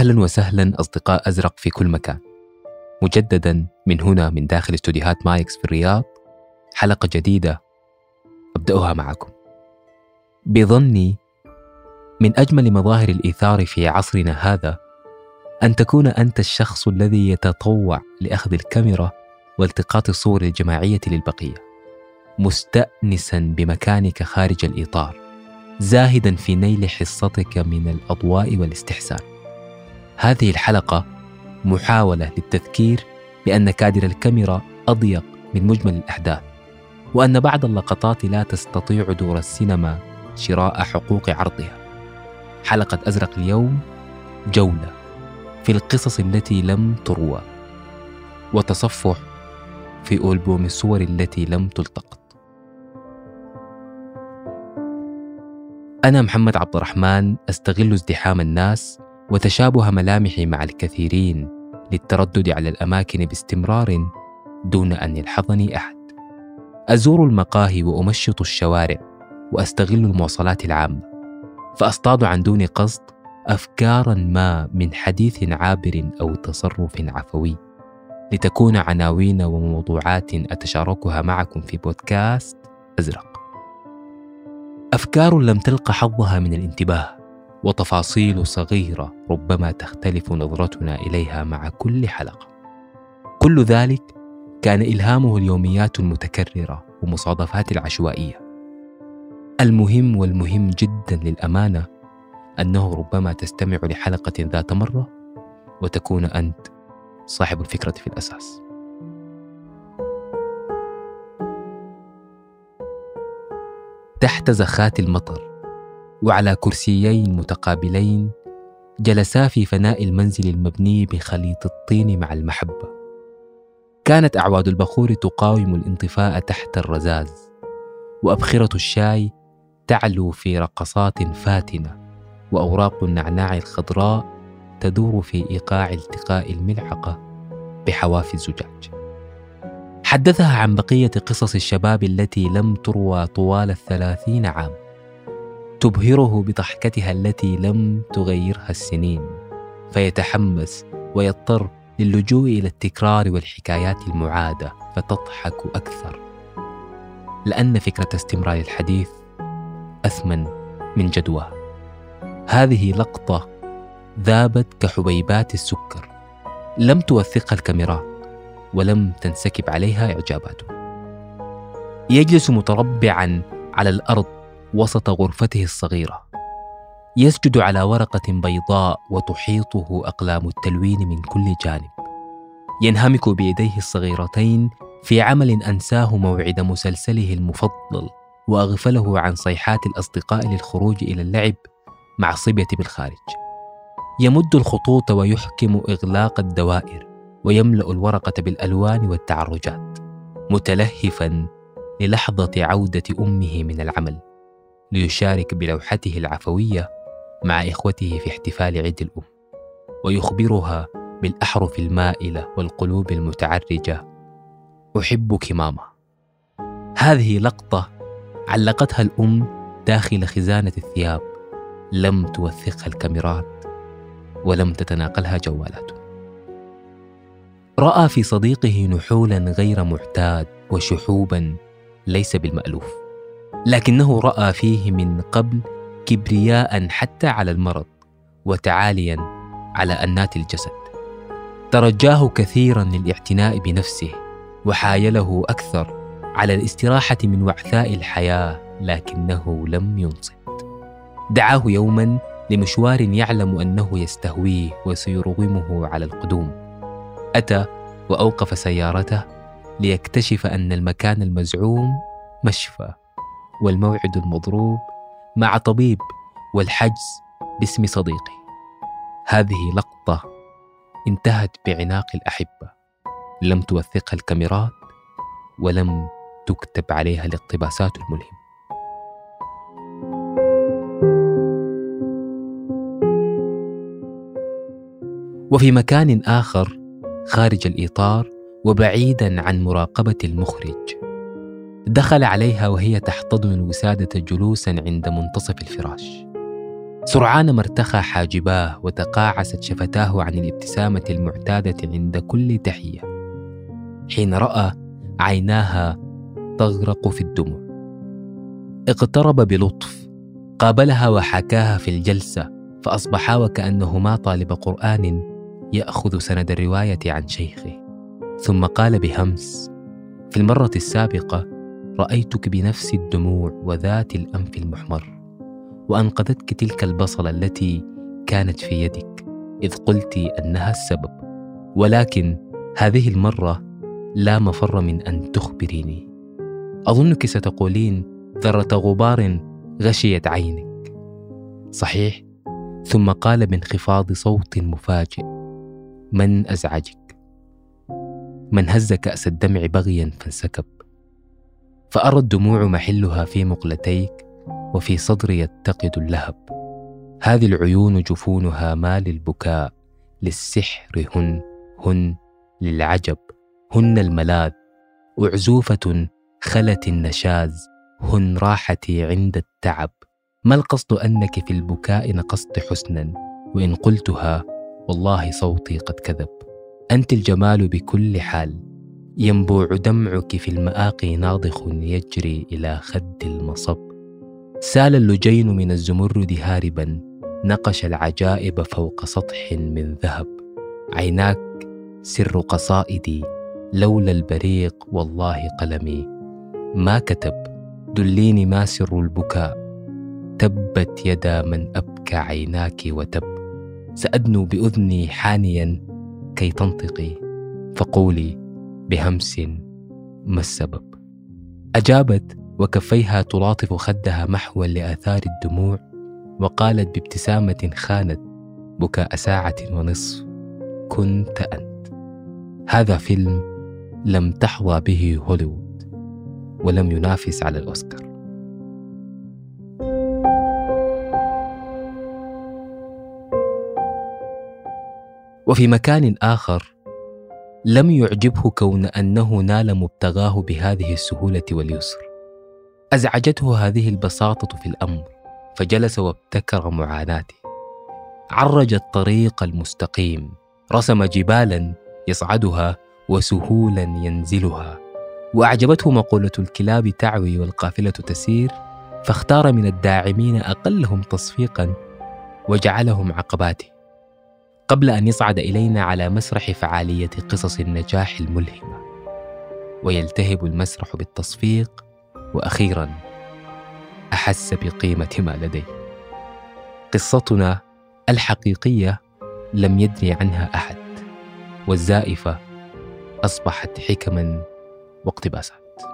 أهلا وسهلا أصدقاء أزرق في كل مكان. مجددا من هنا من داخل استوديوهات مايكس في الرياض، حلقة جديدة أبدأها معكم. بظني من أجمل مظاهر الإيثار في عصرنا هذا أن تكون أنت الشخص الذي يتطوع لأخذ الكاميرا والتقاط الصور الجماعية للبقية، مستأنسا بمكانك خارج الإطار، زاهدا في نيل حصتك من الأضواء والاستحسان. هذه الحلقة محاولة للتذكير بأن كادر الكاميرا أضيق من مجمل الأحداث، وأن بعض اللقطات لا تستطيع دور السينما شراء حقوق عرضها. حلقة أزرق اليوم جولة في القصص التي لم تروى، وتصفح في ألبوم الصور التي لم تلتقط. أنا محمد عبد الرحمن، أستغل ازدحام الناس وتشابه ملامحي مع الكثيرين للتردد على الأماكن باستمرار دون أن يلحظني أحد. أزور المقاهي وأمشط الشوارع وأستغل المواصلات العامة، فأصطاد عن دون قصد أفكاراً ما من حديث عابر أو تصرف عفوي، لتكون عناوين وموضوعات أتشاركها معكم في بودكاست أزرق. أفكار لم تلق حظها من الانتباه، وتفاصيل صغيرة ربما تختلف نظرتنا إليها مع كل حلقة. كل ذلك كان إلهامه اليوميات المتكررة ومصادفات العشوائية. المهم والمهم جدا للأمانة أنه ربما تستمع لحلقة ذات مرة وتكون أنت صاحب الفكرة في الأساس. تحت زخات المطر وعلى كرسيين متقابلين جلسا في فناء المنزل المبني بخليط الطين مع المحبة. كانت أعواد البخور تقاوم الانطفاء تحت الرذاذ، وأبخرة الشاي تعلو في رقصات فاتنة، وأوراق النعناع الخضراء تدور في إيقاع التقاء الملعقة بحواف الزجاج. حدثها عن بقية قصص الشباب التي لم تروى طوال 30 عام، تبهره بضحكتها التي لم تغيرها السنين، فيتحمس ويضطر للجوء إلى التكرار والحكايات المعادة فتضحك أكثر، لأن فكرة استمرار الحديث أثمن من جدواها. هذه لقطة ذابت كحبيبات السكر، لم توثقها الكاميرات ولم تنسكب عليها إعجاباته. يجلس متربعا على الأرض وسط غرفته الصغيرة، يسجد على ورقة بيضاء وتحيطه أقلام التلوين من كل جانب، ينهمك بيديه الصغيرتين في عمل أنساه موعد مسلسله المفضل، وأغفله عن صيحات الأصدقاء للخروج إلى اللعب مع الصبية بالخارج. يمد الخطوط ويحكم إغلاق الدوائر، ويملأ الورقة بالألوان والتعرجات، متلهفا للحظة عودة أمه من العمل ليشارك بلوحته العفوية مع إخوته في احتفال عيد الأم، ويخبرها بالأحرف المائلة والقلوب المتعرجة: أحبك ماما. هذه لقطة علقتها الأم داخل خزانة الثياب، لم توثقها الكاميرات ولم تتناقلها جوالات. رأى في صديقه نحولا غير معتاد وشحوبا ليس بالمألوف، لكنه رأى فيه من قبل كبرياء حتى على المرض، وتعاليا على أنات الجسد. ترجاه كثيرا للاعتناء بنفسه، وحايله أكثر على الاستراحة من وعثاء الحياة، لكنه لم ينصت. دعاه يوما لمشوار يعلم أنه يستهويه وسيرغمه على القدوم. أتى وأوقف سيارته ليكتشف أن المكان المزعوم مشفى، والموعد المضروب مع طبيب، والحجز باسم صديقه. هذه لقطة انتهت بعناق الأحبة، لم توثقها الكاميرات ولم تكتب عليها الاقتباسات الملهمة. وفي مكان آخر خارج الإطار وبعيداً عن مراقبة المخرج، دخل عليها وهي تحتضن الوسادة جلوساً عند منتصف الفراش. سرعان ما ارتخى حاجباه وتقاعست شفتاه عن الابتسامة المعتادة عند كل تحية، حين رأى عيناها تغرق في الدموع. اقترب بلطف، قابلها وحكاها في الجلسة، فأصبحا وكأنهما طالب قرآن يأخذ سند الرواية عن شيخه. ثم قال بهمس: في المرة السابقة رأيتك بنفس الدموع وذات الأنف المحمر، وأنقذتك تلك البصلة التي كانت في يدك إذ قلت أنها السبب، ولكن هذه المرة لا مفر من أن تخبريني. أظنك ستقولين ذرة غبار غشيت عينك، صحيح؟ ثم قال بانخفاض صوت مفاجئ: من أزعجك؟ من هز كأس الدمع بغيا فانسكب، فأرى الدموع محلها في مقلتيك، وفي صدري يتقد اللهب. هذه العيون جفونها ما للبكاء، للسحر هن للعجب، هن الملاذ، أعزوفة خلت النشاز، هن راحتي عند التعب. ما القصد أنك في البكاء نقصت حسنا، وإن قلتها والله صوتي قد كذب. أنت الجمال بكل حال، ينبوع دمعك في المآقي ناضخ يجري إلى خد المصب. سال اللجين من الزمرد هاربا، نقش العجائب فوق سطح من ذهب. عيناك سر قصائدي، لولا البريق والله قلمي ما كتب. دليني ما سر البكاء، تبت يدا من أبكى عيناك وتب. سأدنو بأذني حانيا كي تنطقي، فقولي بهمس ما السبب. أجابت وكفيها تلاطف خدها محوا لآثار الدموع، وقالت بابتسامة خانت بكاء ساعة ونصف: كنت أنت. هذا فيلم لم تحظى به هوليوود، ولم ينافس على الأوسكار. وفي مكان آخر لم يعجبه كون أنه نال مبتغاه بهذه السهولة واليسر. أزعجته هذه البساطة في الأمر، فجلس وابتكر معاناته. عرج الطريق المستقيم، رسم جبالا يصعدها وسهولا ينزلها. وأعجبته مقولة الكلاب تعوي والقافلة تسير، فاختار من الداعمين أقلهم تصفيقا وجعلهم عقباته، قبل أن يصعد إلينا على مسرح فعالية قصص النجاح الملهمة، ويلتهب المسرح بالتصفيق، وأخيرا أحس بقيمة ما لديه. قصتنا الحقيقية لم يدري عنها أحد، والزائفة أصبحت حكما واقتباسات.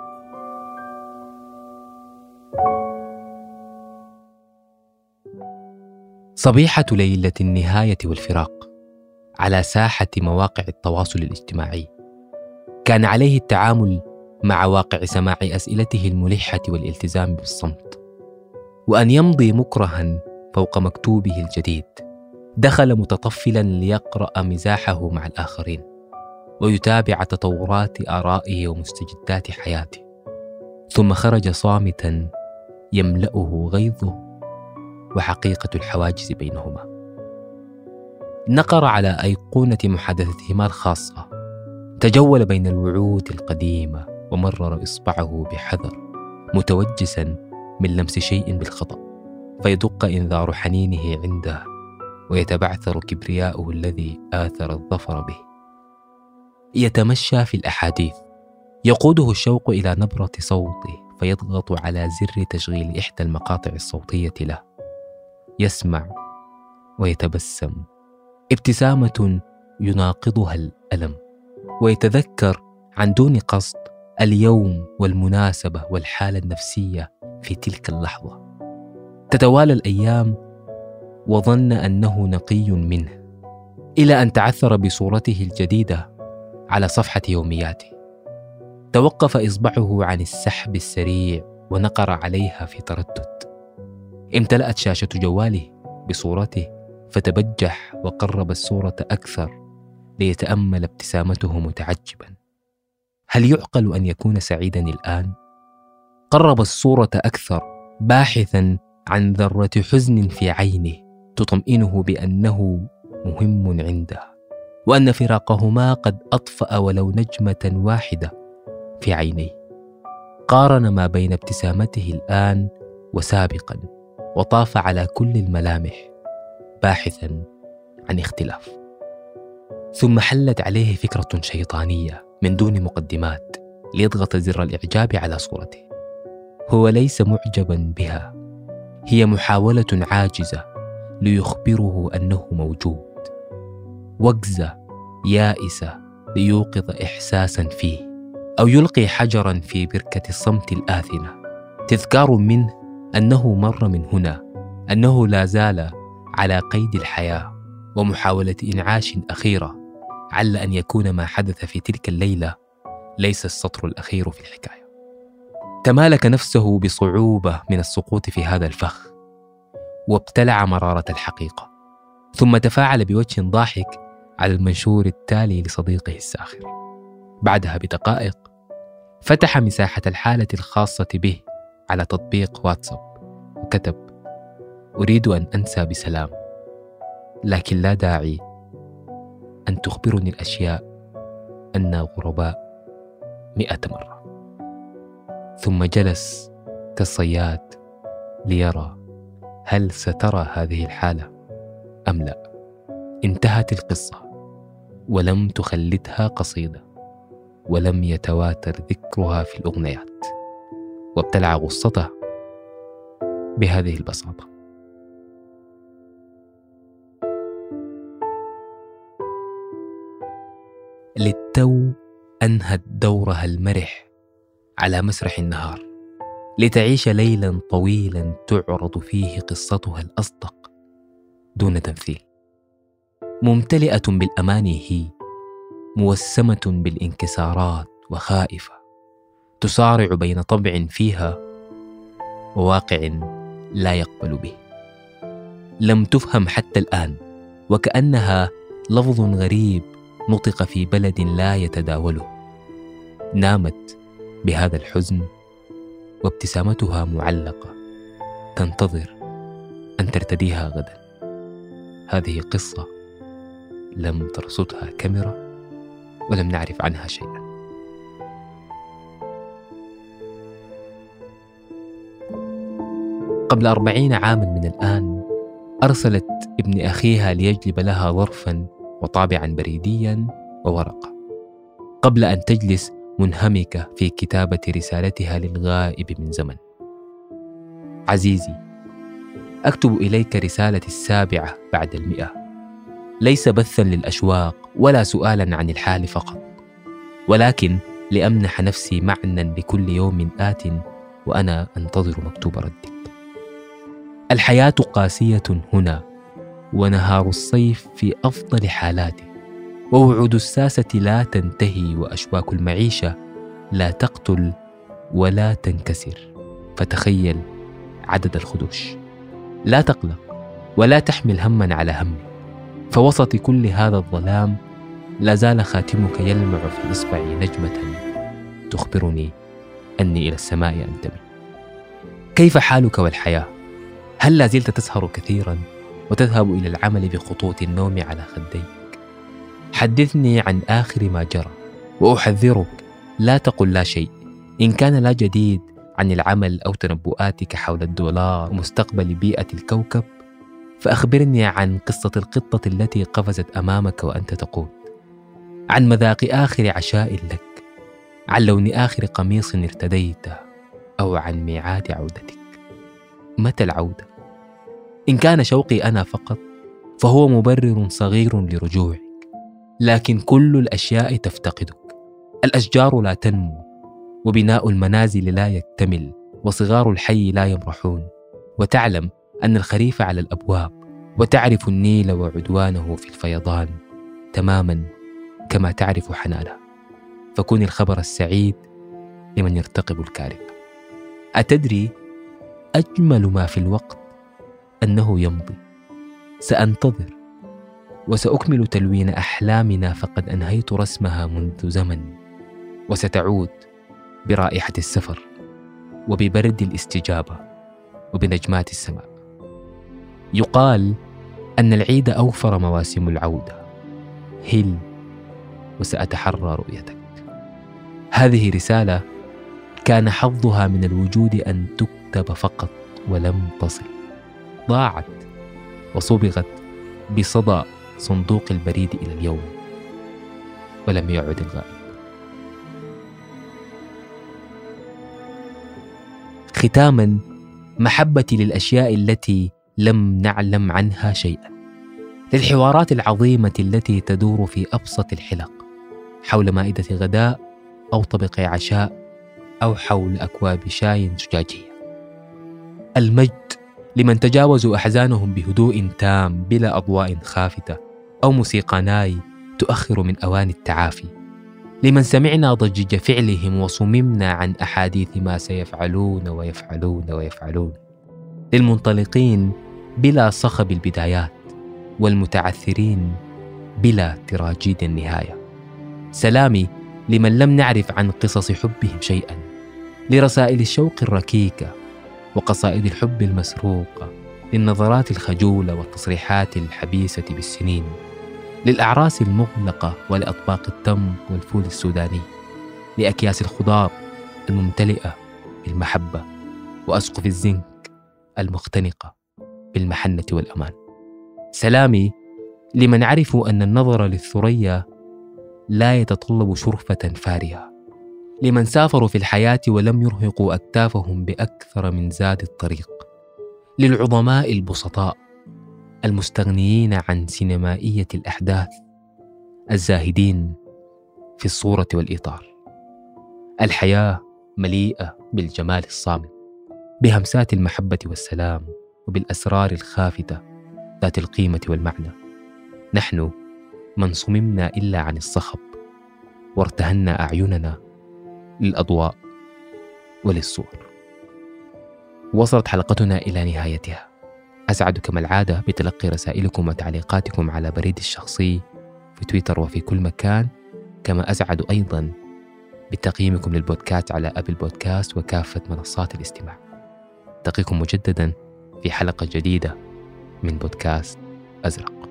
صبيحة ليلة النهاية والفراق على ساحة مواقع التواصل الاجتماعي، كان عليه التعامل مع واقع سماع أسئلته الملحة والالتزام بالصمت، وأن يمضي مكرها فوق مكتوبه الجديد. دخل متطفلا ليقرأ مزاحه مع الآخرين، ويتابع تطورات آرائه ومستجدات حياته، ثم خرج صامتا يملأه غيظه وحقيقة الحواجز بينهما. نقر على أيقونة محادثتهما الخاصة، تجول بين الوعود القديمة ومرر إصبعه بحذر، متوجسا من لمس شيء بالخطأ، فيدق إنذار حنينه عنده، ويتبعثر كبرياؤه الذي آثر الظفر به. يتمشى في الأحاديث، يقوده الشوق إلى نبرة صوته، فيضغط على زر تشغيل إحدى المقاطع الصوتية له. يسمع ويتبسم، ابتسامة يناقضها الألم، ويتذكر عن دون قصد اليوم والمناسبة والحالة النفسية في تلك اللحظة. تتوالى الأيام وظن أنه نقي منه، إلى أن تعثر بصورته الجديدة على صفحة يومياته. توقف إصبعه عن السحب السريع ونقر عليها في تردد. امتلأت شاشة جواله بصورته، فتبجح وقرب الصورة أكثر ليتأمل ابتسامته متعجبا. هل يعقل أن يكون سعيدا الآن؟ قرب الصورة أكثر باحثا عن ذرة حزن في عينه تطمئنه بأنه مهم عندها، وأن فراقهما قد أطفأ ولو نجمة واحدة في عينيه. قارن ما بين ابتسامته الآن وسابقا، وطاف على كل الملامح باحثا عن اختلاف. ثم حلت عليه فكرة شيطانية من دون مقدمات ليضغط زر الإعجاب على صورته. هو ليس معجبا بها، هي محاولة عاجزة ليخبره أنه موجود، وجزة يائسة ليوقظ إحساسا فيه، أو يلقي حجرا في بركة الصمت الآثنة. تذكار منه أنه مر من هنا، أنه لا زال على قيد الحياة، ومحاولة إنعاش أخيرة، عل أن يكون ما حدث في تلك الليلة ليس السطر الأخير في الحكاية. تمالك نفسه بصعوبة من السقوط في هذا الفخ، وابتلع مرارة الحقيقة، ثم تفاعل بوجه ضاحك على المنشور التالي لصديقه الساخر. بعدها بدقائق فتح مساحة الحالة الخاصة به على تطبيق واتساب وكتب: أريد أن أنسى بسلام، لكن لا داعي أن تخبرني الأشياء أننا غرباء 100 مرة. ثم جلس كالصياد ليرى هل سترى هذه الحالة أم لا. انتهت القصة ولم تخلدها قصيدة، ولم يتواتر ذكرها في الأغنيات، وابتلع غصته بهذه البساطة. للتو أنهت دورها المرح على مسرح النهار، لتعيش ليلا طويلا تعرض فيه قصتها الأصدق دون تمثيل. ممتلئة بالأماني هي، موسمة بالانكسارات وخائفة، تسارع بين طبع فيها وواقع لا يقبل به. لم تفهم حتى الآن، وكأنها لفظ غريب نطق في بلد لا يتداوله. نامت بهذا الحزن وابتسامتها معلقة تنتظر أن ترتديها غدا. هذه قصة لم ترصدها كاميرا ولم نعرف عنها شيئا. قبل 40 عاما من الآن أرسلت ابن أخيها ليجلب لها ظرفا وطابعا بريديا وورقة، قبل أن تجلس منهمكة في كتابة رسالتها للغائب من زمن. عزيزي، أكتب إليك رسالة 7 بعد 100، ليس بثا للأشواق ولا سؤالا عن الحال فقط، ولكن لأمنح نفسي معنى لكل يوم آت وأنا أنتظر مكتوب ردك. الحياة قاسية هنا، ونهار الصيف في أفضل حالاته، ووعود الساسة لا تنتهي، وأشواك المعيشة لا تقتل ولا تنكسر. فتخيل عدد الخدوش. لا تقلق ولا تحمل هما على هم، فوسط كل هذا الظلام لا زال خاتمك يلمع في إصبعي نجمة تخبرني أني إلى السماء أنتمي. كيف حالك والحياة؟ هل لا زلت تسهر كثيرا وتذهب إلى العمل بخطوط النوم على خديك؟ حدثني عن آخر ما جرى، وأحذرك لا تقل لا شيء. إن كان لا جديد عن العمل أو تنبؤاتك حول الدولار ومستقبل بيئة الكوكب، فأخبرني عن قصة القطة التي قفزت أمامك وأنت تقود، عن مذاق آخر عشاء لك، عن لون آخر قميص ارتديته، أو عن ميعاد عودتك. متى العودة؟ إن كان شوقي أنا فقط فهو مبرر صغير لرجوعك، لكن كل الأشياء تفتقدك. الأشجار لا تنمو، وبناء المنازل لا يكتمل، وصغار الحي لا يمرحون. وتعلم أن الخريف على الأبواب، وتعرف النيل وعدوانه في الفيضان تماما كما تعرف حنانه. فكن الخبر السعيد لمن يرتقب الكارثة. أتدري أجمل ما في الوقت أنه يمضي. سأنتظر وسأكمل تلوين أحلامنا، فقد أنهيت رسمها منذ زمن، وستعود برائحة السفر وببرد الاستجابة وبنجمات السماء. يقال أن العيد أوفر مواسم العودة. هل وسأتحرى رؤيتك. هذه رسالة كان حظها من الوجود أن تكتب فقط ولم تصل، ضاعت وصبغت بصدى صندوق البريد إلى اليوم، ولم يعد الغائب. ختاما، محبتي للأشياء التي لم نعلم عنها شيئا، للحوارات العظيمة التي تدور في أبسط الحلق حول مائدة غداء أو طبق عشاء أو حول أكواب شاي زجاجية. المجد لمن تجاوزوا أحزانهم بهدوء تام بلا أضواء خافتة أو موسيقى ناي تؤخر من أوان التعافي، لمن سمعنا ضجيج فعلهم وصممنا عن أحاديث ما سيفعلون ويفعلون ويفعلون، للمنطلقين بلا صخب البدايات والمتعثرين بلا تراجيد النهاية. سلامي لمن لم نعرف عن قصص حبهم شيئا، لرسائل الشوق الركيكة وقصائد الحب المسروقة، للنظرات الخجولة والتصريحات الحبيسة بالسنين، للأعراس المغلقة ولأطباق التمر والفول السوداني، لأكياس الخضار الممتلئة بالمحبة وأسقف الزنك المختنقة بالمحنة والأمان. سلامي لمن عرفوا أن النظر للثريا لا يتطلب شرفة فارهة، لمن سافروا في الحياة ولم يرهقوا أكتافهم بأكثر من زاد الطريق، للعظماء البسطاء المستغنيين عن سينمائية الأحداث، الزاهدين في الصورة والإطار. الحياة مليئة بالجمال الصامت، بهمسات المحبة والسلام، وبالأسرار الخافتة ذات القيمة والمعنى. نحن من صممنا إلا عن الصخب، وارتهنا أعيننا للأضواء وللصور. وصلت حلقتنا إلى نهايتها. أسعد كما العادة بتلقي رسائلكم وتعليقاتكم على بريدي الشخصي في تويتر وفي كل مكان، كما أسعد أيضا بتقييمكم للبودكاست على أبل بودكاست وكافة منصات الاستماع. ألتقيكم مجددا في حلقة جديدة من بودكاست أزرق.